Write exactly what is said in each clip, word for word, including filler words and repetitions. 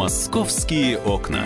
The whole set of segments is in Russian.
«Московские окна».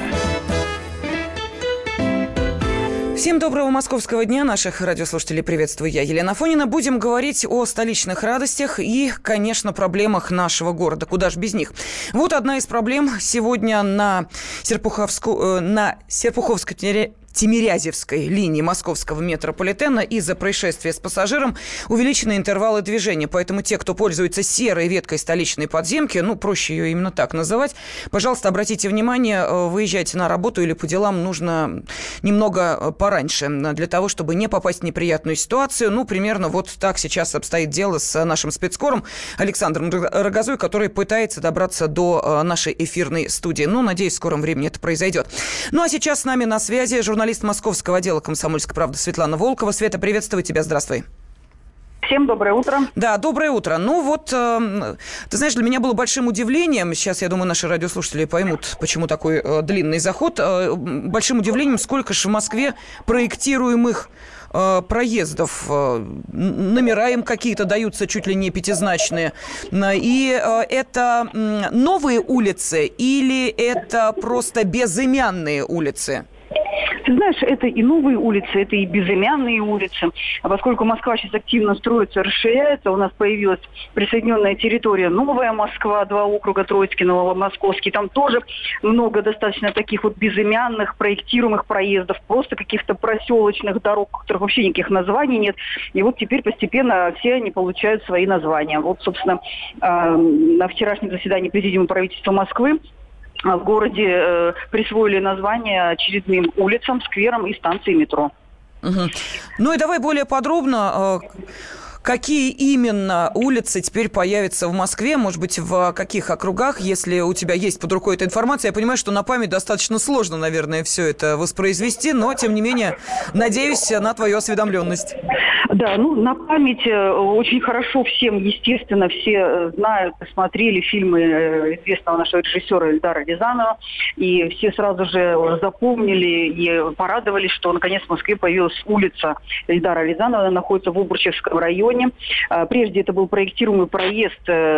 Всем доброго московского дня. Наших радиослушателей приветствую я, Елена Афонина. Будем говорить о столичных радостях и, конечно, проблемах нашего города. Куда ж без них. Вот одна из проблем сегодня на, Серпуховску... на Серпуховской Тимирязевской линии московского метрополитена из-за происшествия с пассажиром увеличены интервалы движения. Поэтому те, кто пользуется серой веткой столичной подземки, ну, проще ее именно так называть, пожалуйста, обратите внимание, выезжайте на работу или по делам нужно немного пораньше, для того, чтобы не попасть в неприятную ситуацию. Ну, примерно вот так сейчас обстоит дело с нашим спецскором Александром Рогозой, который пытается добраться до нашей эфирной студии. Ну, надеюсь, в скором времени это произойдет. Ну, а сейчас с нами на связи журналист Журналист московского отдела «Комсомольской правды» Светлана Волкова. Света, приветствую тебя, здравствуй. Всем доброе утро. Да, доброе утро. Ну вот, э, ты знаешь, для меня было большим удивлением, сейчас, я думаю, наши радиослушатели поймут, почему такой э, длинный заход, э, большим удивлением, сколько же в Москве проектируемых э, проездов. Э, номера им какие-то даются чуть ли не пятизначные. И э, это э, новые улицы или это просто безымянные улицы? Ты знаешь, это и новые улицы, это и безымянные улицы. А поскольку Москва сейчас активно строится, расширяется, у нас появилась присоединенная территория Новая Москва, два округа, Троицкий, Новомосковский. Там тоже много достаточно таких вот безымянных, проектируемых проездов, просто каких-то проселочных дорог, у которых вообще никаких названий нет. И вот теперь постепенно все они получают свои названия. Вот, собственно, на вчерашнем заседании Президиума правительства Москвы в городе э, присвоили название очередным улицам, скверам и станции метро. Угу. Ну и давай более подробно, э, какие именно улицы теперь появятся в Москве, может быть, в каких округах, если у тебя есть под рукой эта информация. Я понимаю, что на память достаточно сложно, наверное, все это воспроизвести, но, тем не менее, надеюсь на твою осведомленность. Да, ну, на память очень хорошо всем, естественно, все знают, смотрели фильмы известного нашего режиссера Эльдара Рязанова, и все сразу же запомнили и порадовались, что, наконец, в Москве появилась улица Эльдара Рязанова, она находится в Обручевском районе. Прежде это был проектируемый проезд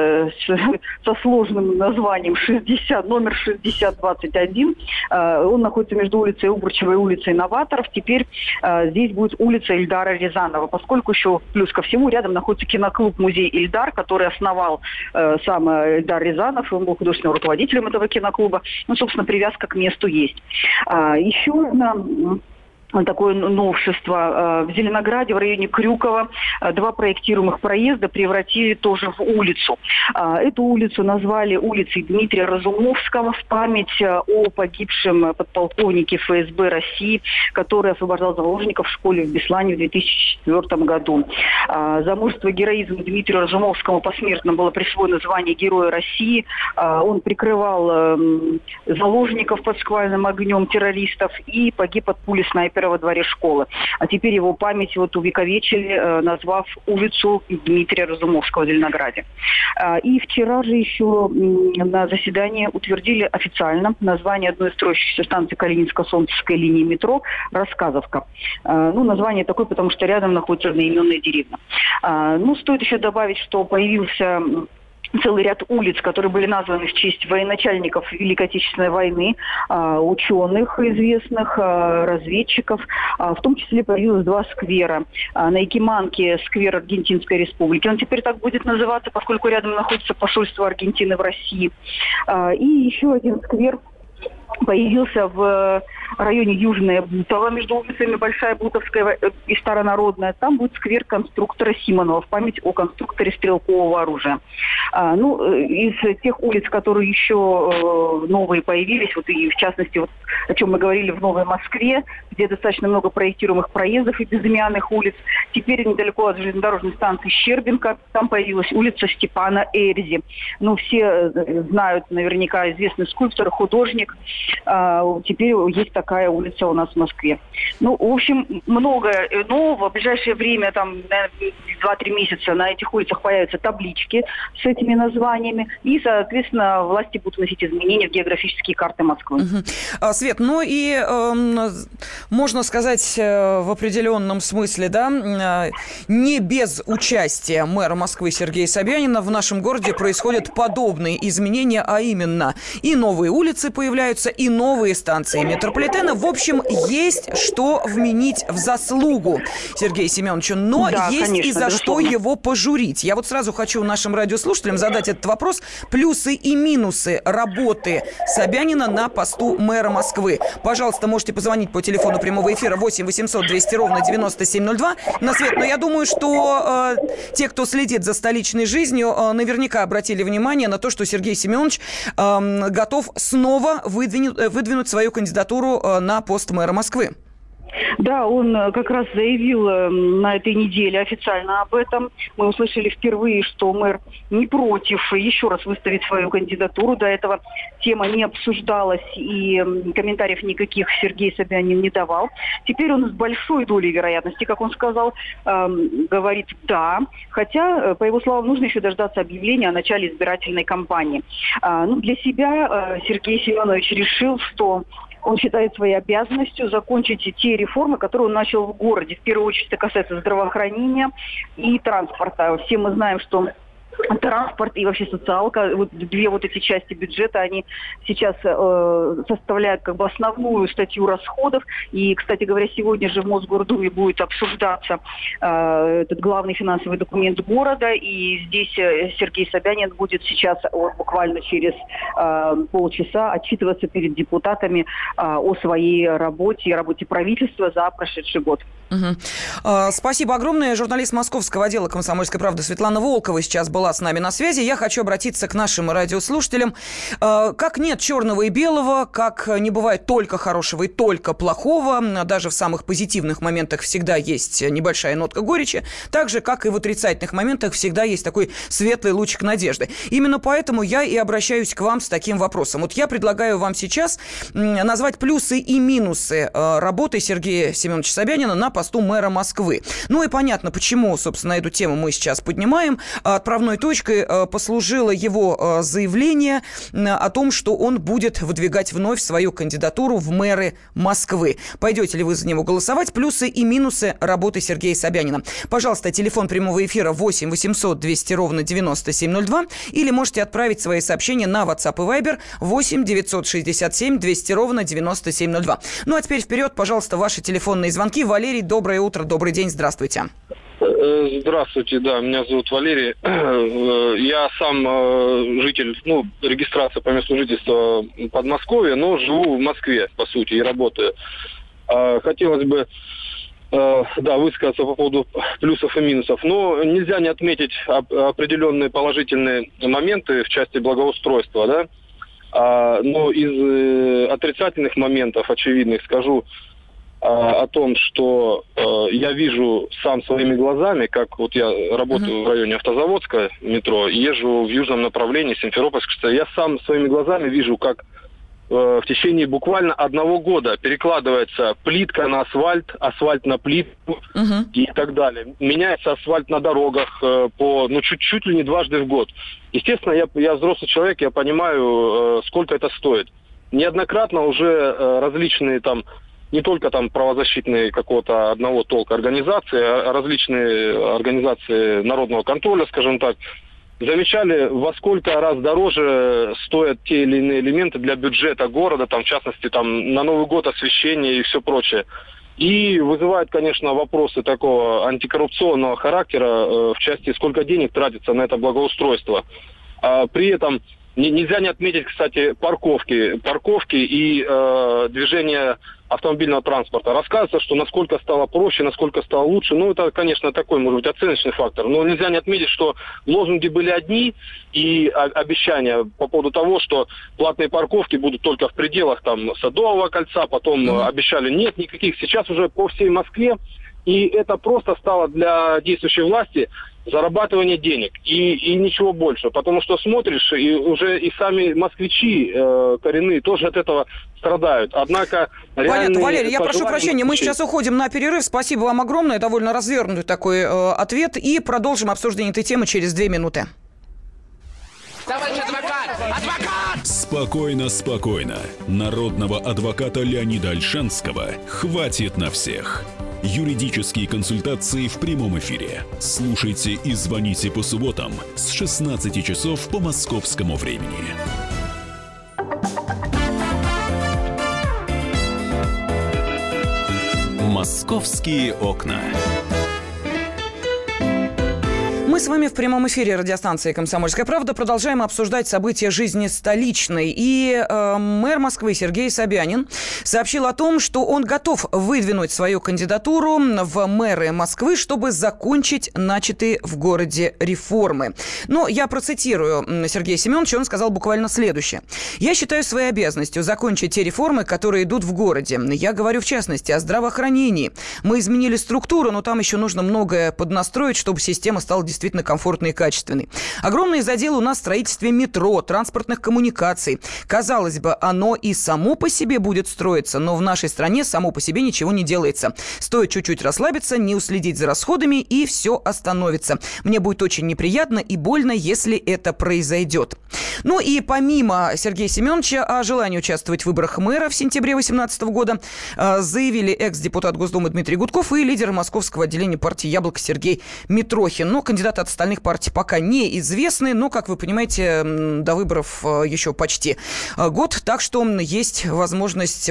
со сложным названием шестьдесят, номер шестьдесят двадцать один. Он находится между улицей Обручевой и улицей Новаторов. Теперь здесь будет улица Эльдара Рязанова, поскольку еще плюс ко всему рядом находится киноклуб-музей «Ильдар», который основал э, сам Эльдар Рязанов, он был художественным руководителем этого киноклуба. Ну, собственно, привязка к месту есть. А, еще на... такое новшество. В Зеленограде, в районе Крюкова, два проектируемых проезда превратили тоже в улицу. Эту улицу назвали улицей Дмитрия Разумовского в память о погибшем подполковнике эф эс бэ России, который освобождал заложников в школе в Беслане в две тысячи четвёртом году. За мужество и героизм Дмитрию Разумовскому посмертно было присвоено звание Героя России. Он прикрывал заложников под шквальным огнем террористов и погиб от пули снайпера во дворе школы. А теперь его память вот увековечили, э, назвав улицу Дмитрия Разумовского в Зеленограде. А, и вчера же еще м, на заседании утвердили официально название одной из строящихся станций Калининско-Солнцевской линии метро «Рассказовка». А, ну, название такое, потому что рядом находится одноименная деревня. А, ну, стоит еще добавить, что появился целый ряд улиц, которые были названы в честь военачальников Великой Отечественной войны, ученых известных, разведчиков. В том числе появилось два сквера. На Якиманке сквер Аргентинской Республики. Он теперь так будет называться, поскольку рядом находится посольство Аргентины в России. И еще один сквер появился в районе Южная Бутово, между улицами Большая Бутовская и Старонародная. Там будет сквер конструктора Симонова в память о конструкторе стрелкового оружия. А, ну, из тех улиц, которые еще э, новые появились, вот и в частности, вот, о чем мы говорили в Новой Москве, где достаточно много проектируемых проездов и безымянных улиц. Теперь недалеко от железнодорожной станции Щербинка там появилась улица Степана Эрзи. Ну, все знают наверняка известный скульптор, художник. А, теперь есть так такая улица у нас в Москве. Ну, в общем, много нового. В ближайшее время, там, два-три месяца на этих улицах появятся таблички с этими названиями. И, соответственно, власти будут вносить изменения в географические карты Москвы. Угу. Свет, ну и э, можно сказать э, в определенном смысле, да, э, не без участия мэра Москвы Сергея Собянина в нашем городе происходят подобные изменения, а именно и новые улицы появляются, и новые станции метрополитена. В общем, есть что вменить в заслугу Сергею Семеновичу, но да, есть конечно, и за безусловно. что его пожурить. Я вот сразу хочу нашим радиослушателям задать этот вопрос. Плюсы и минусы работы Собянина на посту мэра Москвы. Пожалуйста, можете позвонить по телефону прямого эфира восемь восемьсот двести ровно девяносто семь ноль два. На свет, но я думаю, что э, те, кто следит за столичной жизнью, э, наверняка обратили внимание на то, что Сергей Семенович э, готов снова выдвинуть, выдвинуть свою кандидатуру э, на пост мэра Москвы. Да, он как раз заявил на этой неделе официально об этом. Мы услышали впервые, что мэр не против еще раз выставить свою кандидатуру. До этого тема не обсуждалась и комментариев никаких Сергей Собянин не давал. Теперь он с большой долей вероятности, как он сказал, эм, говорит «да». Хотя, по его словам, нужно еще дождаться объявления о начале избирательной кампании. А, ну, для себя э, Сергей Семенович решил, что он считает своей обязанностью закончить те реформы, которые он начал в городе. В первую очередь это касается здравоохранения и транспорта. Все мы знаем, что транспорт и вообще социалка, вот две вот эти части бюджета, они сейчас э, составляют как бы основную статью расходов. И, кстати говоря, сегодня же в Мосгордуме будет обсуждаться э, этот главный финансовый документ города. И здесь э, Сергей Собянин будет сейчас вот, буквально через э, полчаса отчитываться перед депутатами э, о своей работе и работе правительства за прошедший год. Угу. Спасибо огромное. Журналист московского отдела «Комсомольской правды» Светлана Волкова сейчас была с нами на связи. Я хочу обратиться к нашим радиослушателям. Как нет черного и белого, как не бывает только хорошего и только плохого, даже в самых позитивных моментах всегда есть небольшая нотка горечи, так же, как и в отрицательных моментах всегда есть такой светлый лучик надежды. Именно поэтому я и обращаюсь к вам с таким вопросом. Вот я предлагаю вам сейчас назвать плюсы и минусы работы Сергея Семеновича Собянина на посту мэра Москвы. Ну и понятно, почему, собственно, эту тему мы сейчас поднимаем. Отправной точкой послужило его заявление о том, что он будет выдвигать вновь свою кандидатуру в мэры Москвы. Пойдете ли вы за него голосовать? Плюсы и минусы работы Сергея Собянина. Пожалуйста, телефон прямого эфира восемь восемьсот двести ровно девяносто семь ноль два или можете отправить свои сообщения на WhatsApp и Viber восемь девятьсот шестьдесят семь двести ровно девяносто семь ноль два. Ну а теперь вперед, пожалуйста, ваши телефонные звонки. Валерий, доброе утро, добрый день, здравствуйте. Здравствуйте, да, меня зовут Валерий. Я сам житель, ну, регистрация по месту жительства Подмосковья, но живу в Москве, по сути, и работаю. Хотелось бы, да, высказаться по поводу плюсов и минусов, но нельзя не отметить определенные положительные моменты в части благоустройства, да. Но из отрицательных моментов, очевидных, скажу о том, что э, я вижу сам своими глазами, как вот я работаю uh-huh. в районе Автозаводска, метро, и езжу в южном направлении, Симферопольск, я сам своими глазами вижу, как э, в течение буквально одного года перекладывается плитка на асфальт, асфальт на плитку uh-huh. и так далее. Меняется асфальт на дорогах э, по, ну, чуть-чуть ли не дважды в год. Естественно, я, я взрослый человек, я понимаю, э, сколько это стоит. Неоднократно уже э, различные там не только там правозащитные какого-то одного толка организации, а различные организации народного контроля, скажем так, замечали, во сколько раз дороже стоят те или иные элементы для бюджета города, там, в частности, там, на Новый год освещение и все прочее. И вызывает, конечно, вопросы такого антикоррупционного характера э, в части, сколько денег тратится на это благоустройство. А при этом нельзя не отметить, кстати, парковки, парковки и э, движение автомобильного транспорта. Рассказывается, что насколько стало проще, насколько стало лучше. Ну, это, конечно, такой, может быть, оценочный фактор. Но нельзя не отметить, что лозунги были одни, и обещания по поводу того, что платные парковки будут только в пределах там Садового кольца, потом mm-hmm. обещали нет никаких. Сейчас уже по всей Москве. И это просто стало для действующей власти зарабатывание денег и, и ничего больше. Потому что смотришь, и уже и сами москвичи э, коренные тоже от этого страдают. Однако Понятно, Валерий, я прошу прощения, мы сейчас уходим на перерыв. Спасибо вам огромное, довольно развернутый такой э, ответ. И продолжим обсуждение этой темы через две минуты. Товарищ адвокат! Адвокат! Спокойно, спокойно. Народного адвоката Леонида Ольшанского хватит на всех. Юридические консультации в прямом эфире. Слушайте и звоните по субботам с шестнадцати часов по московскому времени. «Московские окна». Мы с вами в прямом эфире радиостанции «Комсомольская правда» продолжаем обсуждать события жизни столичной. И э, мэр Москвы Сергей Собянин сообщил о том, что он готов выдвинуть свою кандидатуру в мэры Москвы, чтобы закончить начатые в городе реформы. Но я процитирую Сергея Семеновича, он сказал буквально следующее. «Я считаю своей обязанностью закончить те реформы, которые идут в городе. Я говорю, в частности, о здравоохранении. Мы изменили структуру, но там еще нужно многое поднастроить, чтобы система стала действительно действительно комфортный и качественный. Огромные заделы у нас в строительстве метро, транспортных коммуникаций. Казалось бы, оно и само по себе будет строиться, но в нашей стране само по себе ничего не делается. Стоит чуть-чуть расслабиться, не уследить за расходами, и все остановится. Мне будет очень неприятно и больно, если это произойдет». Ну и помимо Сергея Семеновича о желании участвовать в выборах мэра в сентябре две тысячи восемнадцатого года заявили экс-депутат Госдумы Дмитрий Гудков и лидер московского отделения партии «Яблоко» Сергей Митрохин. Но кандидаты от остальных партий пока неизвестны, но, как вы понимаете, до выборов еще почти год, так что есть возможность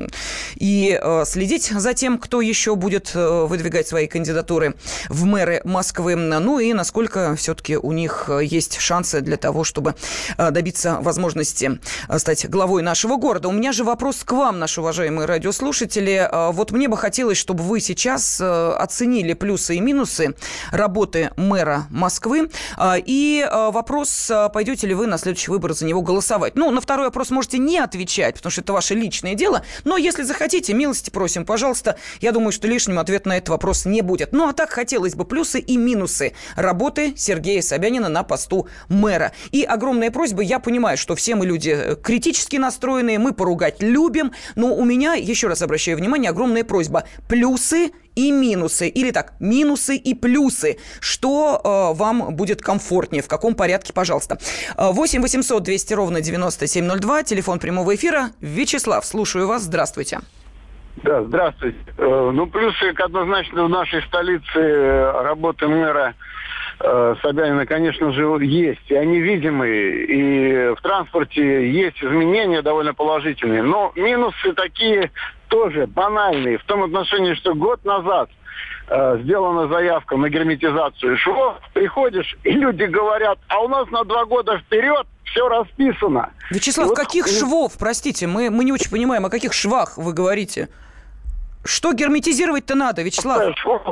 и следить за тем, кто еще будет выдвигать свои кандидатуры в мэры Москвы, ну и насколько все-таки у них есть шансы для того, чтобы добиться возможности стать главой нашего города. У меня же вопрос к вам, наши уважаемые радиослушатели. Вот мне бы хотелось, чтобы вы сейчас оценили плюсы и минусы работы мэра Москвы. И вопрос, пойдете ли вы на следующий выбор за него голосовать. Ну, на второй вопрос можете не отвечать, потому что это ваше личное дело. Но если захотите, милости просим, пожалуйста. Я думаю, что лишним ответ на этот вопрос не будет. Ну, а так хотелось бы плюсы и минусы работы Сергея Собянина на посту мэра. И огромная просьба, я понимаю, что все мы люди критически настроенные, мы поругать любим, но у меня, еще раз обращаю внимание, огромная просьба. Плюсы и минусы. Или так, минусы и плюсы. Что э, вам будет комфортнее? В каком порядке, пожалуйста. восемь восемьсот двести ровно девяносто семь ноль два. Телефон прямого эфира. Вячеслав, слушаю вас. Здравствуйте. Да, здравствуйте. Э, ну, плюсы однозначно в нашей столице работы мэра э, Собянина, конечно же, есть. И они видимые. И в транспорте есть изменения довольно положительные. Но минусы такие тоже банальные. В том отношении, что год назад э, сделана заявка на герметизацию швов. Приходишь, и люди говорят, а у нас на два года вперед все расписано. Вячеслав, вот... каких швов, простите, мы, мы не очень понимаем, о каких швах вы говорите? Что герметизировать-то надо, Вячеслав?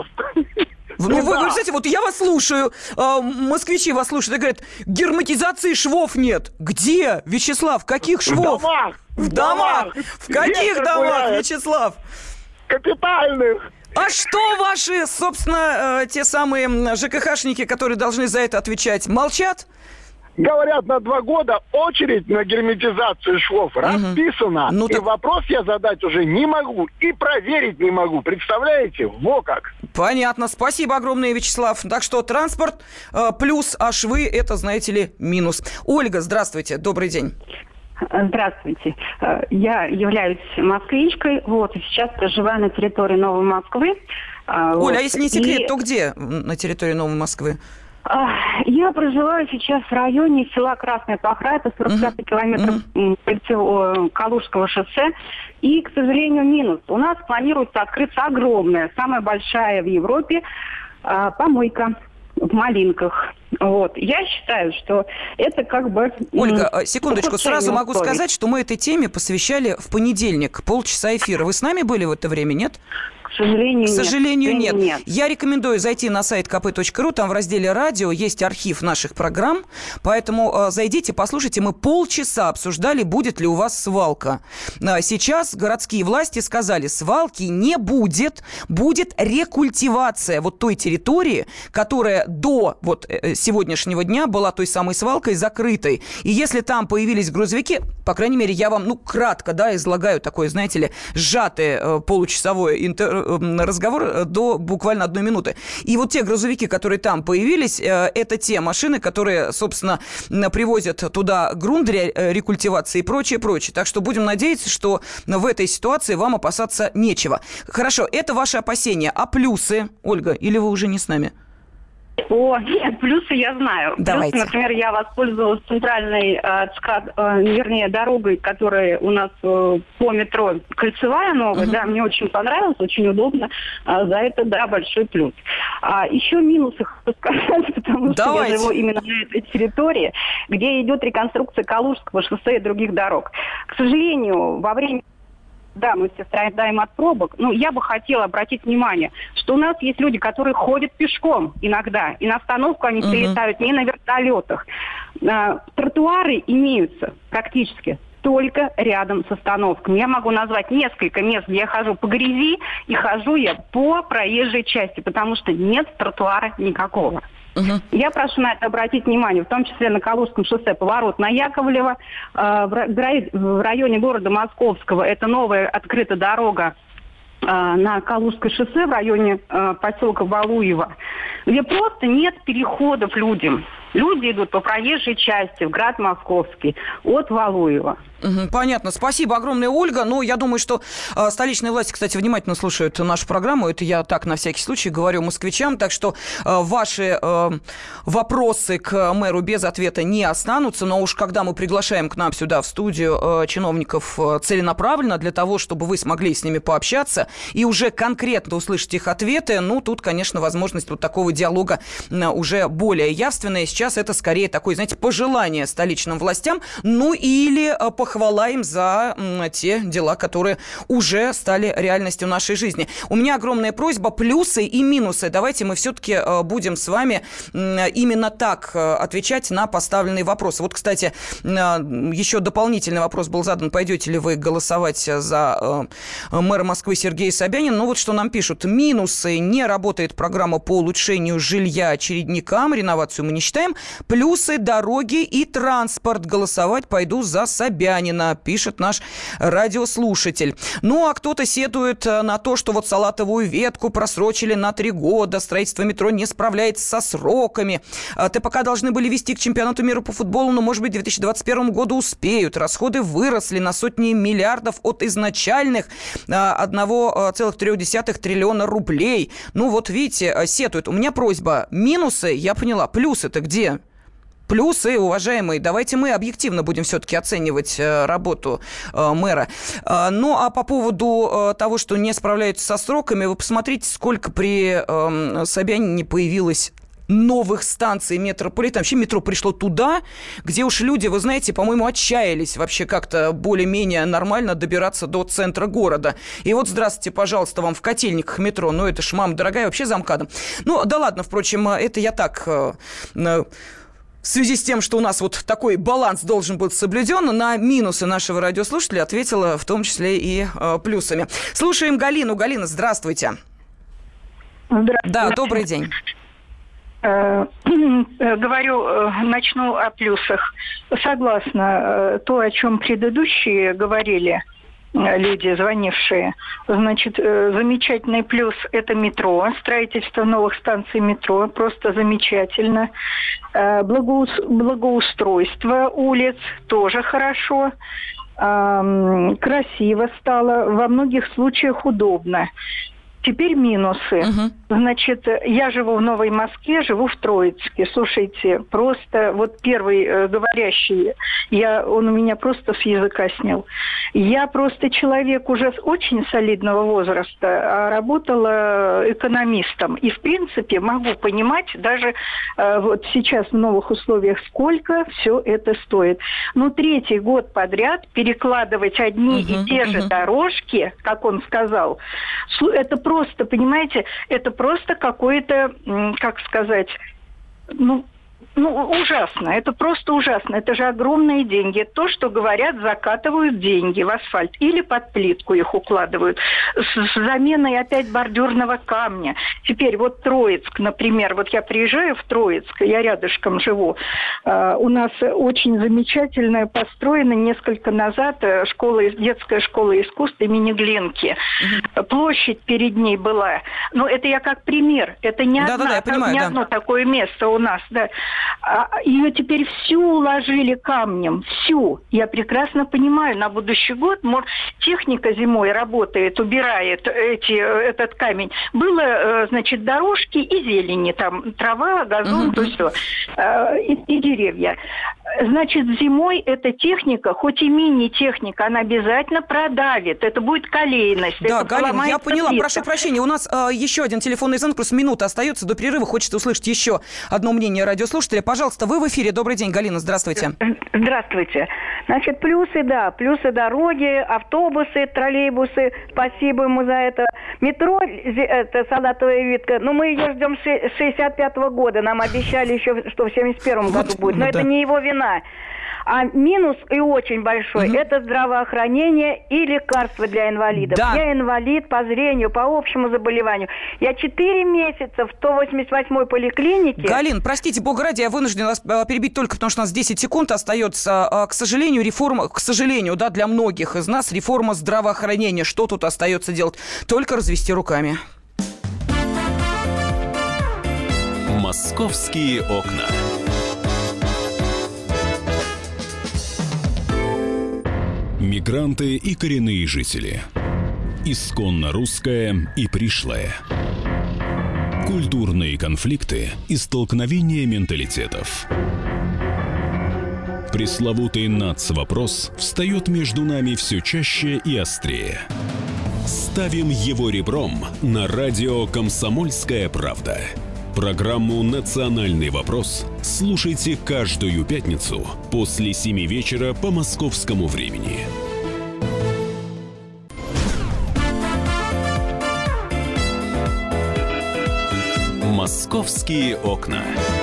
Ну, вы, вы знаете, вот я вас слушаю, э, москвичи вас слушают и говорят, герметизации швов нет. Где, Вячеслав, каких швов? В домах! В домах! В каких Ветер домах, гуляет. Вячеслав? Капитальных! А что ваши, собственно, э, те самые ЖКХшники, которые должны за это отвечать, молчат? Говорят, на два года очередь на герметизацию швов расписана. Ну, и так... вопрос я задать уже не могу. И проверить не могу. Представляете? Во как. Понятно. Спасибо огромное, Вячеслав. Так что транспорт э, плюс, а швы это, знаете ли, минус. Ольга, здравствуйте. Добрый день. Здравствуйте. Я являюсь москвичкой. Вот, и сейчас проживаю на территории Новой Москвы. Оля, вот. а если не секрет, и... то где на территории Новой Москвы? Я проживаю сейчас в районе села Красная Пахра, это сорок пять uh-huh. километров uh-huh. Калужского шоссе. И, к сожалению, минус. У нас планируется открыться огромная, самая большая в Европе помойка в Малинках. Вот. Я считаю, что это как бы... Ольга, секундочку, сразу могу условий. сказать, что мы этой теме посвящали в понедельник полчаса эфира. Вы с нами были в это время, нет? сожалению, К нет. сожалению, нет. нет. Я рекомендую зайти на сайт ка пэ точка ру, там в разделе «Радио» есть архив наших программ, поэтому э, зайдите, послушайте. Мы полчаса обсуждали, будет ли у вас свалка. А сейчас городские власти сказали, свалки не будет, будет рекультивация вот той территории, которая до вот сегодняшнего дня была той самой свалкой закрытой. И если там появились грузовики, по крайней мере, я вам, ну, кратко, да, излагаю такое, знаете ли, сжатый э, получасовой интер... э, разговор до буквально одной минуты. И вот те грузовики, которые там появились, э, это те машины, которые, собственно, привозят туда грунт для рекультивации и прочее, прочее. Так что будем надеяться, что в этой ситуации вам опасаться нечего. Хорошо, это ваши опасения. А плюсы, Ольга, или вы уже не с нами? О, нет, плюсы я знаю. Давайте. Плюсы, например, я воспользовалась центральной, э, ЦКАД, э, вернее, дорогой, которая у нас э, по метро кольцевая новая, uh-huh. да, мне очень понравилось, очень удобно. Э, за это, да, большой плюс. А еще минусы хочу сказать, потому Давайте. что я живу именно на этой территории, где идет реконструкция Калужского шоссе и других дорог. К сожалению, во время... Да, мы все страдаем от пробок. Но я бы хотела обратить внимание, что у нас есть люди, которые ходят пешком иногда. И на остановку они uh-huh. прилетают не на вертолетах. А, тротуары имеются практически только рядом с остановками. Я могу назвать несколько мест, где я хожу по грязи, и хожу я по проезжей части, потому что нет тротуара никакого. Uh-huh. Я прошу на это обратить внимание, в том числе на Калужском шоссе поворот на Яковлево, э, в, в районе города Московского. Это новая открыта дорога э, на Калужское шоссе в районе э, поселка Валуево, где просто нет переходов людям. Люди идут по проезжей части в град Московский от Валуева. Понятно. Спасибо огромное, Ольга. Ну, я думаю, что э, столичные власти, кстати, внимательно слушают нашу программу. Это я так, на всякий случай, говорю москвичам. Так что э, ваши э, вопросы к мэру без ответа не останутся. Но уж когда мы приглашаем к нам сюда, в студию, э, чиновников э, целенаправленно, для того, чтобы вы смогли с ними пообщаться и уже конкретно услышать их ответы, ну, тут, конечно, возможность вот такого диалога э, уже более явственная. Сейчас это скорее такое, знаете, пожелание столичным властям, ну, или э, похвала им за м, те дела, которые уже стали реальностью нашей жизни. У меня огромная просьба, плюсы и минусы. Давайте мы все-таки э, будем с вами э, именно так э, отвечать на поставленные вопросы. Вот, кстати, э, еще дополнительный вопрос был задан. Пойдете ли вы голосовать за э, мэра Москвы Сергея Собянина? Ну вот что нам пишут. Минусы. Не работает программа по улучшению жилья очередникам. Реновацию мы не считаем. Плюсы. Дороги и транспорт. Голосовать пойду за Собянина, пишет наш радиослушатель. Ну, а кто-то сетует на то, что вот салатовую ветку просрочили на три года, строительство метро не справляется со сроками. ТПК должны были вести к чемпионату мира по футболу, но, может быть, к две тысячи двадцать первому году успеют. Расходы выросли на сотни миллиардов от изначальных один целых три десятых триллиона рублей. Ну, вот видите, сетуют. У меня просьба. Минусы, я поняла. Плюсы-то где? Плюсы, уважаемые, давайте мы объективно будем все-таки оценивать э, работу э, мэра. Э, ну, а по поводу э, того, что не справляются со сроками, вы посмотрите, сколько при э, Собянине появилось новых станций метрополитена. Вообще метро пришло туда, где уж люди, вы знаете, по-моему, отчаялись вообще как-то более-менее нормально добираться до центра города. И вот, здравствуйте, пожалуйста, вам в Котельниках метро. Ну, это ж, мама дорогая, вообще за МКАДом. Ну, да ладно, впрочем, это я так... Э, э, В связи с тем, что у нас вот такой баланс должен быть соблюден, на минусы нашего радиослушателя ответила в том числе и э, плюсами. Слушаем Галину. Галина, здравствуйте. Здравствуйте. Да, добрый день. Говорю, начну о плюсах. Согласна, то, о чем предыдущие говорили люди, звонившие. Значит, замечательный плюс – это метро, строительство новых станций метро, просто замечательно. Благоус- благоустройство улиц тоже хорошо. Красиво стало, во многих случаях удобно. Теперь минусы. Uh-huh. Значит, я живу в Новой Москве, живу в Троицке. Слушайте, просто вот первый э, говорящий, я, он у меня просто с языка снял. Я просто человек уже с очень солидного возраста, а работала экономистом. И, в принципе, могу понимать даже э, вот сейчас в новых условиях, сколько все это стоит. Но третий год подряд перекладывать одни uh-huh, и те uh-huh. же дорожки, как он сказал, это просто просто, понимаете, это просто какое-то, как сказать, ну... Ну, ужасно. Это просто ужасно. Это же огромные деньги. То, что говорят, закатывают деньги в асфальт или под плитку их укладывают. С, с заменой опять бордюрного камня. Теперь вот Троицк, например. Вот я приезжаю в Троицк, я рядышком живу. Uh, у нас очень замечательная, построена несколько назад школа, детская школа искусств имени Глинки. Mm-hmm. Площадь перед ней была. Но это я как пример. Это не, да, одна, да, да, я понимаю, не да. одно такое место у нас. Да. Ее теперь всю уложили камнем, всю. Я прекрасно понимаю, на будущий год может, техника зимой работает, убирает эти, этот камень. Было, значит, дорожки и зелени, там трава, газон, uh-huh. то все, и, и деревья. Значит, зимой эта техника, хоть и мини-техника, она обязательно продавит. Это будет колейность. Да, это Галина, я поняла. плитка. Прошу прощения. У нас э, еще один телефонный звонок. Просто минута остается до перерыва. Хочется услышать еще одно мнение радиослушателя. Пожалуйста, вы в эфире. Добрый день, Галина. Здравствуйте. Здравствуйте. Значит, плюсы, да. Плюсы дороги, автобусы, троллейбусы. Спасибо ему за это. Метро, это салатовая ветка. Но мы ее ждем с шестьдесят пятого года. Нам обещали еще, что в семьдесят первом году вот, будет. Но ну, это да. не его вина. А минус и очень большой угу. это здравоохранение и лекарства для инвалидов. Да. Я инвалид по зрению, по общему заболеванию. Я четыре месяца в сто восемьдесят восьмой поликлинике. Галин, простите, бога ради, я вынуждена вас перебить только потому, что у нас десять секунд остается. К сожалению, реформа, к сожалению, да, для многих из нас реформа здравоохранения. Что тут остается делать? Только развести руками. Московские окна. Мигранты и коренные жители. Исконно русское и пришлое. Культурные конфликты и столкновения менталитетов. Пресловутый нацвопрос встает между нами все чаще и острее. Ставим его ребром на радио «Комсомольская правда». Программу «Национальный вопрос» слушайте каждую пятницу после семи вечера по московскому времени. «Московские окна».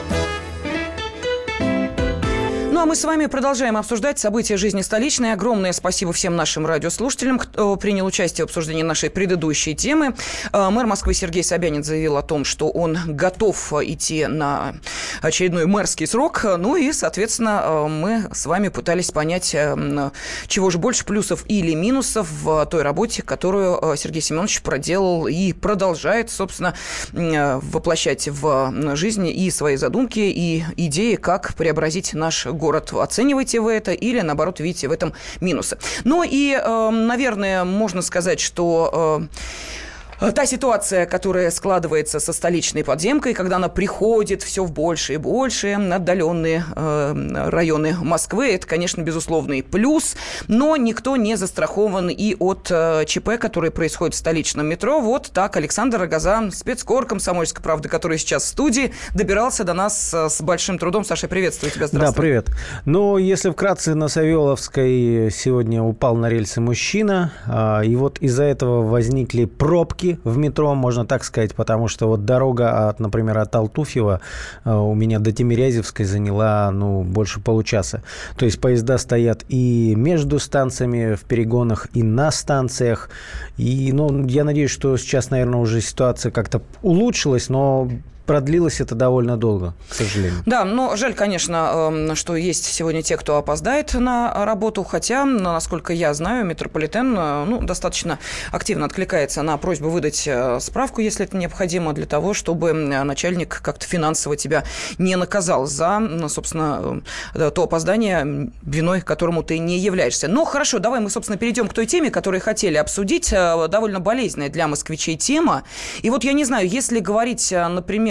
Ну, а мы с вами продолжаем обсуждать события жизни столичной. Огромное спасибо всем нашим радиослушателям, кто принял участие в обсуждении нашей предыдущей темы. Мэр Москвы Сергей Собянин заявил о том, что он готов идти на очередной мэрский срок. Ну и, соответственно, мы с вами пытались понять, чего же больше, плюсов или минусов в той работе, которую Сергей Семенович проделал и продолжает, собственно, воплощать в жизнь и свои задумки, и идеи, как преобразить наш город. Оцениваете вы это или, наоборот, видите в этом минусы. Ну и, наверное, можно сказать, что та ситуация, которая складывается со столичной подземкой, когда она приходит все в больше и больше, отдаленные э, районы Москвы, это, конечно, безусловный плюс, но никто не застрахован и от э, ЧП, которые происходят в столичном метро. Вот так Александр Рогоза, спецкор «Комсомольской правды», который сейчас в студии, добирался до нас с большим трудом. Саша, приветствую тебя, здравствуй. Да, привет. Ну, если вкратце, на Савеловской сегодня упал на рельсы мужчина, э, и вот из-за этого возникли пробки в метро, можно так сказать, потому что вот дорога, от, например, от Алтуфьева э, у меня до Тимирязевской заняла, ну, больше получаса. То есть поезда стоят и между станциями в перегонах, и на станциях. И, ну, я надеюсь, что сейчас, наверное, уже ситуация как-то улучшилась, но продлилось это довольно долго, к сожалению. Да, но жаль, конечно, что есть сегодня те, кто опоздает на работу, хотя, насколько я знаю, метрополитен ну, достаточно активно откликается на просьбу выдать справку, если это необходимо, для того, чтобы начальник как-то финансово тебя не наказал за, собственно, то опоздание, виной которому ты не являешься. Но хорошо, давай мы, собственно, перейдем к той теме, которую хотели обсудить. Довольно болезненная для москвичей тема. И вот я не знаю, если говорить, например,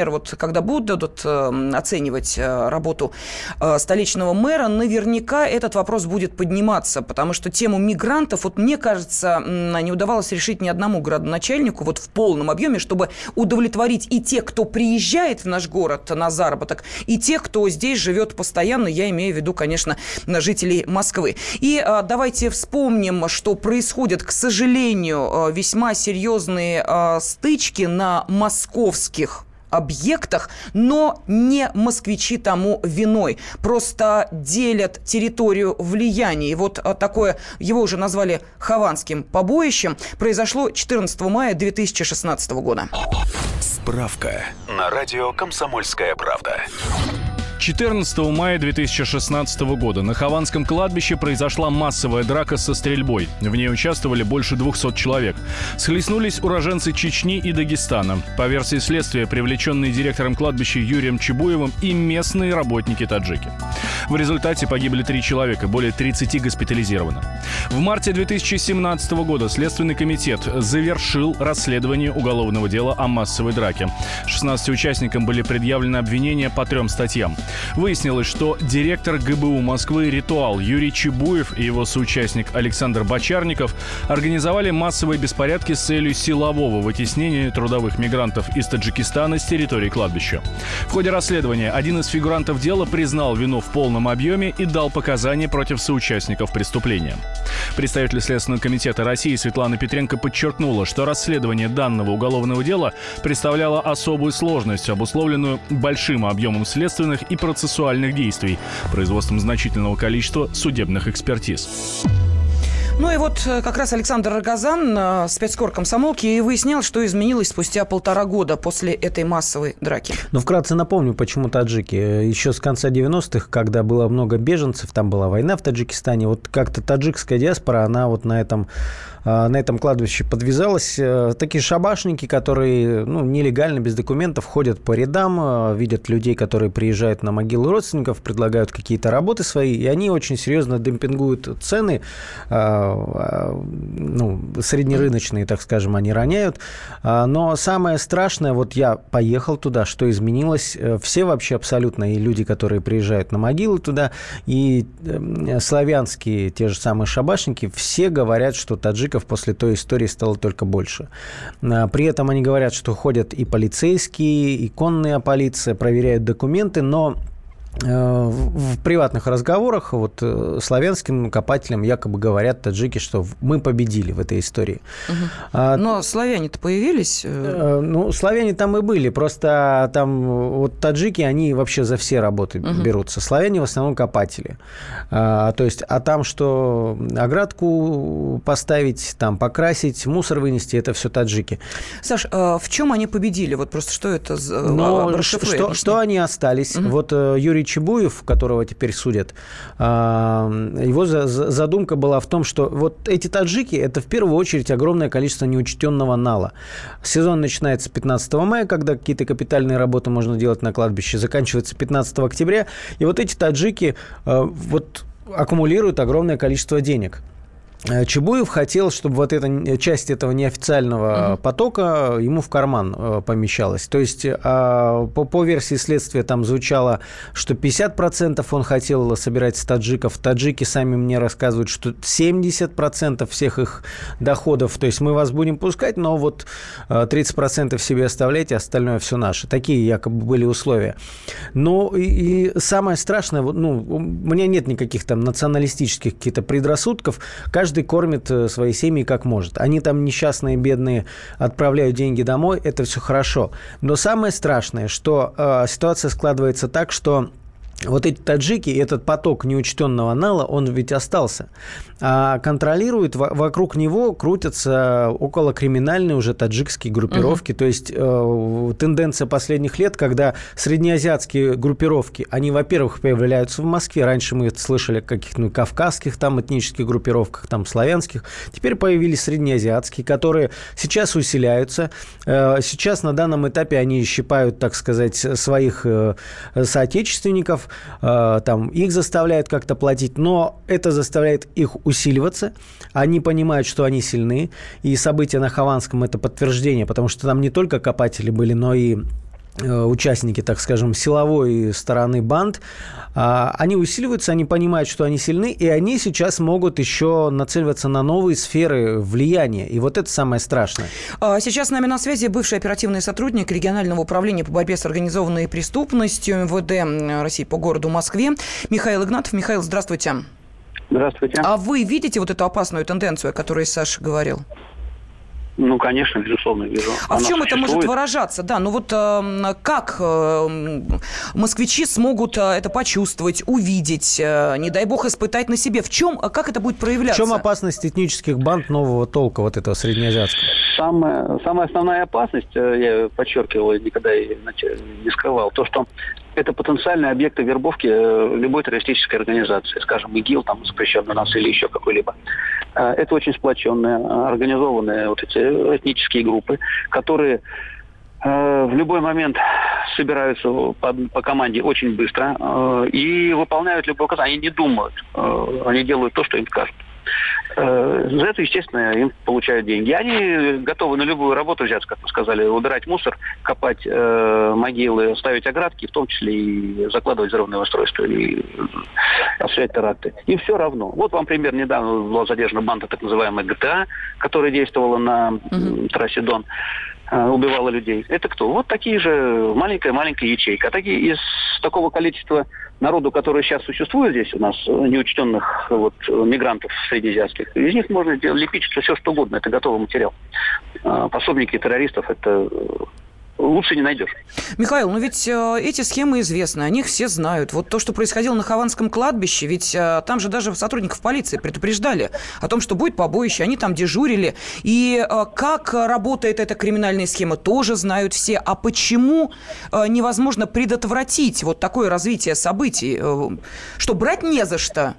например, вот когда будут оценивать работу столичного мэра, наверняка этот вопрос будет подниматься, потому что тему мигрантов, вот мне кажется, не удавалось решить ни одному градоначальнику вот в полном объеме, чтобы удовлетворить и тех, кто приезжает в наш город на заработок, и тех, кто здесь живет постоянно, я имею в виду, конечно, жителей Москвы. И а, давайте вспомним, что происходят, к сожалению, весьма серьезные а, стычки на московских объектах, но не москвичи тому виной. Просто делят территорию влияния. И вот такое, его уже назвали хованским побоищем, произошло четырнадцатого мая две тысячи шестнадцатого года. Справка на радио «Комсомольская правда». четырнадцатого мая две тысячи шестнадцатого года на Хованском кладбище произошла массовая драка со стрельбой. В ней участвовали больше двухсот человек. Схлестнулись уроженцы Чечни и Дагестана. По версии следствия, привлеченные директором кладбища Юрием Чебуевым и местные работники-таджики. В результате погибли три человека, более тридцати госпитализировано. В марте две тысячи семнадцатого года Следственный комитет завершил расследование уголовного дела о массовой драке. шестнадцати участникам были предъявлены обвинения по трем статьям. Выяснилось, что директор ГБУ Москвы «Ритуал» Юрий Чебуев и его соучастник Александр Бочарников организовали массовые беспорядки с целью силового вытеснения трудовых мигрантов из Таджикистана с территории кладбища. В ходе расследования один из фигурантов дела признал вину в полном объеме и дал показания против соучастников преступления. Представитель Следственного комитета России Светлана Петренко подчеркнула, что расследование данного уголовного дела представляло особую сложность, обусловленную большим объемом следственных и процессуальных действий, производством значительного количества судебных экспертиз. Ну и вот как раз Александр Рогозан, спецкор комсомолки, и выяснял, что изменилось спустя полтора года после этой массовой драки. Ну, вкратце напомню, почему таджики. Еще с конца девяностых, когда было много беженцев, там была война в Таджикистане, вот как-то таджикская диаспора, она вот на этом, на этом кладбище подвязалась. Такие шабашники, которые, ну, нелегально, без документов, ходят по рядам, видят людей, которые приезжают на могилы родственников, предлагают какие-то работы свои, и они очень серьезно демпингуют цены, ну, среднерыночные, так скажем, они роняют. Но самое страшное, вот я поехал туда, что изменилось, все вообще абсолютно, и люди, которые приезжают на могилы туда, и славянские, те же самые шабашники, все говорят, что таджиков после той истории стало только больше. При этом они говорят, что ходят и полицейские, и конная полиция, проверяют документы, но в приватных разговорах вот славянским копателям якобы говорят таджики, что мы победили в этой истории. Угу. А, Но славяне-то появились? Ну, славяне там и были, просто там вот таджики, они вообще за все работы угу. берутся. Славяне в основном копатели. А, то есть, а там что, оградку поставить, там покрасить, мусор вынести, это все таджики. Саш, а в чем они победили? Вот просто что это за... Ну, что, что они остались? Угу. Вот Юрий Чебуев, которого теперь судят, его задумка была в том, что вот эти таджики – это в первую очередь огромное количество неучтенного нала. Сезон начинается пятнадцатого мая, когда какие-то капитальные работы можно делать на кладбище, заканчивается пятнадцатого октября, и вот эти таджики вот аккумулируют огромное количество денег. Чебуев хотел, чтобы вот эта часть этого неофициального uh-huh. потока ему в карман помещалась. То есть по, по версии следствия там звучало, что пятьдесят процентов он хотел собирать с таджиков. Таджики сами мне рассказывают, что семьдесят процентов всех их доходов. То есть мы вас будем пускать, но вот тридцать процентов себе оставляйте, остальное все наше. Такие якобы были условия. Но и, и самое страшное, ну, у меня нет никаких там националистических каких-то предрассудков. Каждый Каждый кормит свои семьи как может. Они там несчастные, бедные, отправляют деньги домой, это все хорошо. Но самое страшное, что э, ситуация складывается так, что вот эти таджики, этот поток неучтенного нала, он ведь остался. А контролирует, вокруг него крутятся околокриминальные уже таджикские группировки. Uh-huh. То есть э, тенденция последних лет, когда среднеазиатские группировки, они, во-первых, появляются в Москве. Раньше мы это слышали о каких-то ну, кавказских там этнических группировках, там славянских. Теперь появились среднеазиатские, которые сейчас усиляются. Э, сейчас на данном этапе они щипают, так сказать, своих э, соотечественников. Там, их заставляют как-то платить, но это заставляет их усиливаться. Они понимают, что они сильны, и события на Хованском – это подтверждение, потому что там не только копатели были, но и участники, так скажем, силовой стороны банд, они усиливаются, они понимают, что они сильны, и они сейчас могут еще нацеливаться на новые сферы влияния. И вот это самое страшное. Сейчас с нами на связи бывший оперативный сотрудник регионального управления по борьбе с организованной преступностью эм вэ дэ России по городу Москве Михаил Игнатов. Михаил, здравствуйте. Здравствуйте. А вы видите вот эту опасную тенденцию, о которой Саша говорил? Ну, конечно, безусловно, вижу. А Она в чем существует. это может выражаться? Да, ну вот э, как э, москвичи смогут э, это почувствовать, увидеть, э, не дай бог испытать на себе? В чем, как это будет проявляться? В чем опасность этнических банд нового толка, вот этого среднеазиатского? Самая, самая основная опасность, я подчеркивал, никогда и не скрывал, то, что это потенциальные объекты вербовки любой террористической организации, скажем, ИГИЛ, там, запрещенный у нас, или еще какой-либо. Это очень сплоченные, организованные вот эти этнические группы, которые э, в любой момент собираются по, по команде очень быстро э, и выполняют любое указание. Они не думают, э, они делают то, что им скажут. За это, естественно, им получают деньги. Они готовы на любую работу взяться, как вы сказали, убирать мусор, копать э, могилы, ставить оградки, в том числе и закладывать взрывные устройства, и осуществлять теракты. Им все равно. Вот вам пример. Недавно была задержана банда так называемая гэ тэ а, которая действовала на uh-huh. трассе Дон, э, убивала людей. Это кто? Вот такие же маленькая-маленькая ячейка. А такие из такого количества народу, который сейчас существует здесь у нас, неучтенных вот, мигрантов среднеазиатских, из них можно лепить все, что угодно. Это готовый материал. Пособники террористов — это лучше не найдешь. Михаил, ну ведь э, эти схемы известны, о них все знают. Вот то, что происходило на Хованском кладбище, ведь э, там же даже сотрудников полиции предупреждали о том, что будет побоище, они там дежурили. И э, как работает эта криминальная схема, тоже знают все. А почему э, невозможно предотвратить вот такое развитие событий? Э, что, брать не за что?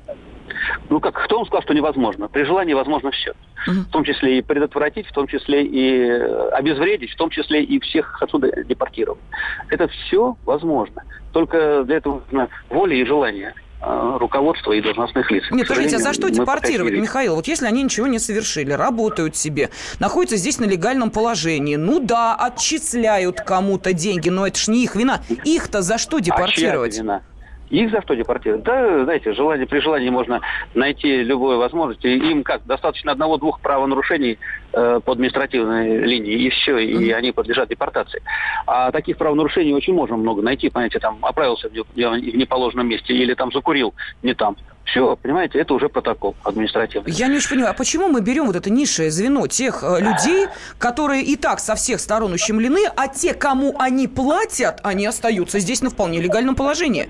Ну как, кто вам сказал, что невозможно? При желании возможно все. Uh-huh. В том числе и предотвратить, в том числе и обезвредить, в том числе и всех отсюда депортировать. Это все возможно. Только для этого нужна воля и желание руководства и должностных лиц. Нет, подождите, а за что депортировать, покатились. Михаил? Вот если они ничего не совершили, работают себе, находятся здесь на легальном положении, ну да, отчисляют кому-то деньги, но это ж не их вина. Их-то за что депортировать? А чья вина? Их за что депортировать? Да, знаете, желание, при желании можно найти любую возможность. И им как? Достаточно одного-двух правонарушений э, по административной линии, и все, и mm-hmm. они подлежат депортации. А таких правонарушений очень можно много найти. Понимаете, там оправился в неположенном месте или там закурил не там. Все, понимаете, это уже протокол административный. Я не очень понимаю, а почему мы берем вот это низшее звено тех э, людей, которые и так со всех сторон ущемлены, а те, кому они платят, они остаются здесь на вполне легальном положении?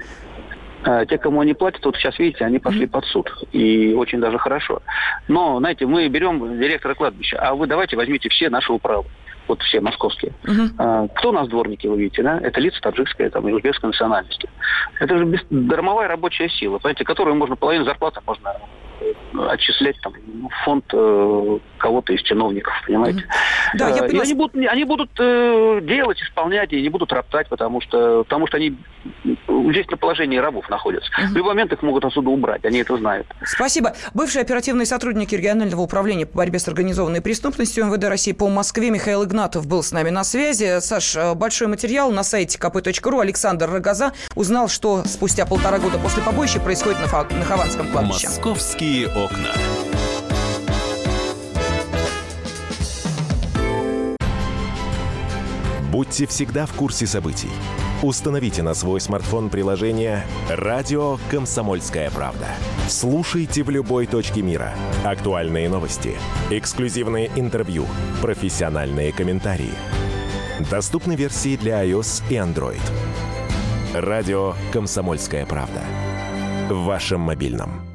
Те, кому они платят, вот сейчас, видите, они пошли mm-hmm. под суд. И очень даже хорошо. Но, знаете, мы берем директора кладбища, а вы давайте возьмите все наши управы. Вот все московские. Uh-huh. А, кто у нас дворники, вы видите, да? Это лица таджикской, там, и узбекской национальности. Это же без... дармовая рабочая сила, понимаете, которую можно половину зарплаты можно отчислять там, в фонд э, кого-то из чиновников, понимаете? Uh-huh. Да, я понимаю. И они будут, они будут э, делать, исполнять, и не будут роптать, потому что, потому что они здесь на положении рабов находятся. Uh-huh. В любой момент их могут отсюда убрать, они это знают. Спасибо. Бывший оперативный сотрудник регионального управления по борьбе с организованной преступностью эм вэ дэ России по Москве Михаил Игнатов был с нами на связи. Саш, большой материал на сайте ка пэ точка ру. Александр Рогоза узнал, что спустя полтора года после побоища происходит на, Фа- на Хованском кладбище. Московские окна. Будьте всегда в курсе событий. Установите на свой смартфон приложение «Радио Комсомольская правда». Слушайте в любой точке мира. Актуальные новости, эксклюзивные интервью, профессиональные комментарии. Доступны версии для iOS и Android. «Радио Комсомольская правда». В вашем мобильном.